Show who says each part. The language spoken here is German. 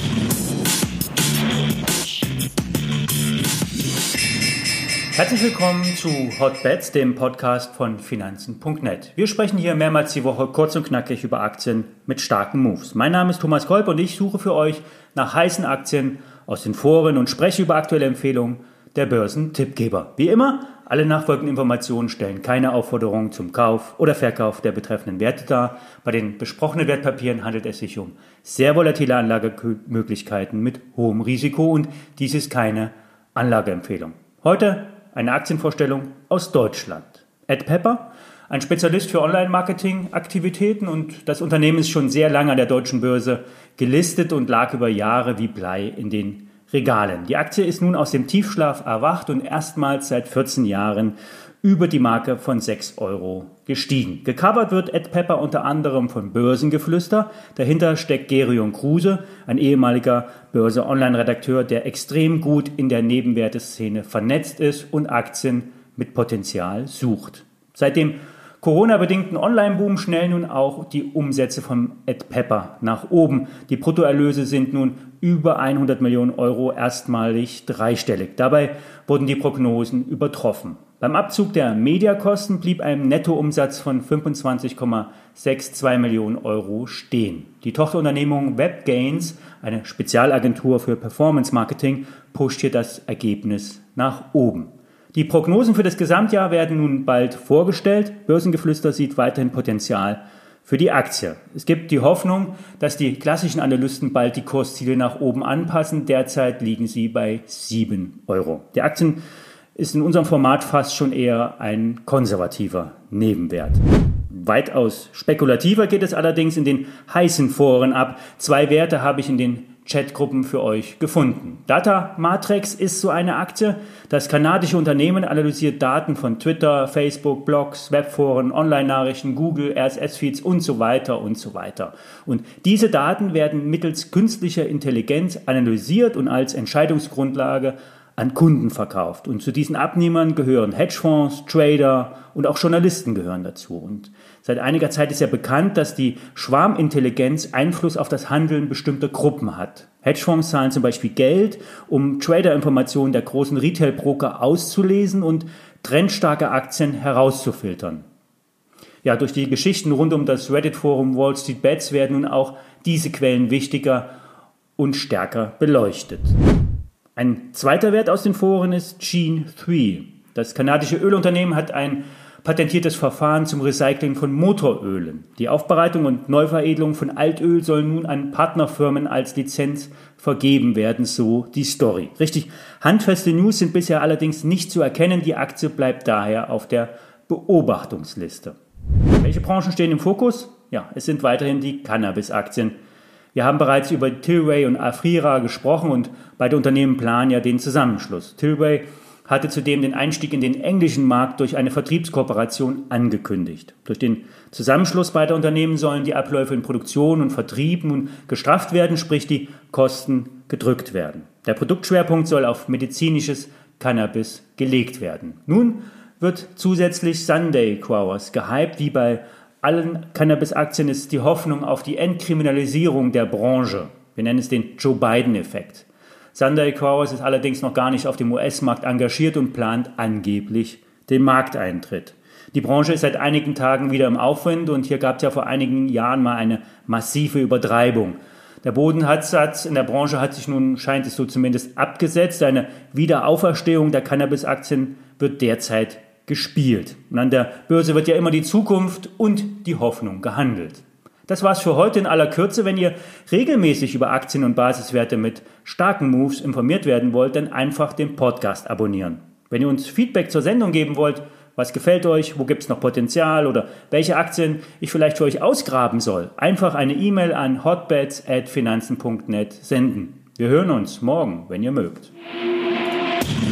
Speaker 1: Herzlich willkommen zu Hotbets, dem Podcast von Finanzen.net. Wir sprechen hier mehrmals die Woche kurz und knackig über Aktien mit starken Moves. Mein Name ist Thomas Kolb und ich suche für euch nach heißen Aktien aus den Foren und spreche über aktuelle Empfehlungen der Börsentippgeber. Wie immer, alle nachfolgenden Informationen stellen keine Aufforderung zum Kauf oder Verkauf der betreffenden Werte dar. Bei den besprochenen Wertpapieren handelt es sich um sehr volatile Anlagemöglichkeiten mit hohem Risiko und dies ist keine Anlageempfehlung. Heute eine Aktienvorstellung aus Deutschland. Ed Pepper, ein Spezialist für Online-Marketing-Aktivitäten und das Unternehmen ist schon sehr lange an der deutschen Börse gelistet und lag über Jahre wie Blei in den Regalen. Die Aktie ist nun aus dem Tiefschlaf erwacht und erstmals seit 14 Jahren über die Marke von 6 Euro gestiegen. Gecovert wird Ed Pepper unter anderem von Börsengeflüster. Dahinter steckt Gerion Kruse, ein ehemaliger Börse-Online-Redakteur, der extrem gut in der Nebenwerteszene vernetzt ist und Aktien mit Potenzial sucht. Seit dem Corona-bedingten Online-Boom schnellen nun auch die Umsätze von Ed Pepper nach oben. Die Bruttoerlöse sind nun über 100 Millionen Euro erstmalig dreistellig. Dabei wurden die Prognosen übertroffen. Beim Abzug der Mediakosten blieb ein Nettoumsatz von 25,62 Millionen Euro stehen. Die Tochterunternehmung WebGains, eine Spezialagentur für Performance Marketing, pusht hier das Ergebnis nach oben. Die Prognosen für das Gesamtjahr werden nun bald vorgestellt. Börsengeflüster sieht weiterhin Potenzial für die Aktie. Es gibt die Hoffnung, dass die klassischen Analysten bald die Kursziele nach oben anpassen. Derzeit liegen sie bei 7 Euro. Die Aktien ist in unserem Format fast schon eher ein konservativer Nebenwert. Weitaus spekulativer geht es allerdings in den heißen Foren ab. 2 Werte habe ich in den Chatgruppen für euch gefunden. Data Matrix ist so eine Aktie. Das kanadische Unternehmen analysiert Daten von Twitter, Facebook, Blogs, Webforen, Online-Nachrichten, Google, RSS-Feeds und so weiter und so weiter. Und diese Daten werden mittels künstlicher Intelligenz analysiert und als Entscheidungsgrundlage an Kunden verkauft. Und zu diesen Abnehmern gehören Hedgefonds, Trader und auch Journalisten gehören dazu. Und seit einiger Zeit ist ja bekannt, dass die Schwarmintelligenz Einfluss auf das Handeln bestimmter Gruppen hat. Hedgefonds zahlen zum Beispiel Geld, um Trader-Informationen der großen Retail-Broker auszulesen und trendstarke Aktien herauszufiltern. Ja, durch die Geschichten rund um das Reddit-Forum Wall Street Bets werden nun auch diese Quellen wichtiger und stärker beleuchtet. Ein zweiter Wert aus den Foren ist Gene3. Das kanadische Ölunternehmen hat ein patentiertes Verfahren zum Recycling von Motorölen. Die Aufbereitung und Neuveredelung von Altöl soll nun an Partnerfirmen als Lizenz vergeben werden, so die Story. Richtig handfeste News sind bisher allerdings nicht zu erkennen. Die Aktie bleibt daher auf der Beobachtungsliste. Welche Branchen stehen im Fokus? Ja, es sind weiterhin die Cannabis-Aktien. Wir haben bereits über Tilray und Aphria gesprochen und beide Unternehmen planen ja den Zusammenschluss. Tilray hatte zudem den Einstieg in den englischen Markt durch eine Vertriebskooperation angekündigt. Durch den Zusammenschluss beider Unternehmen sollen die Abläufe in Produktion und Vertrieb nun gestrafft werden, sprich die Kosten gedrückt werden. Der Produktschwerpunkt soll auf medizinisches Cannabis gelegt werden. Nun wird zusätzlich Sunday Growers gehypt. Wie bei allen Cannabis-Aktien ist die Hoffnung auf die Entkriminalisierung der Branche. Wir nennen es den Joe Biden-Effekt. Sunday Growers ist allerdings noch gar nicht auf dem US-Markt engagiert und plant angeblich den Markteintritt. Die Branche ist seit einigen Tagen wieder im Aufwind und hier gab es ja vor einigen Jahren mal eine massive Übertreibung. Der Bodensatz in der Branche hat sich nun, scheint es so zumindest, abgesetzt. Eine Wiederauferstehung der Cannabis-Aktien wird derzeit gespielt. Und an der Börse wird ja immer die Zukunft und die Hoffnung gehandelt. Das war's für heute in aller Kürze. Wenn ihr regelmäßig über Aktien und Basiswerte mit starken Moves informiert werden wollt, dann einfach den Podcast abonnieren. Wenn ihr uns Feedback zur Sendung geben wollt, was gefällt euch, wo gibt's noch Potenzial oder welche Aktien ich vielleicht für euch ausgraben soll, einfach eine E-Mail an hotbets@finanzen.net senden. Wir hören uns morgen, wenn ihr mögt.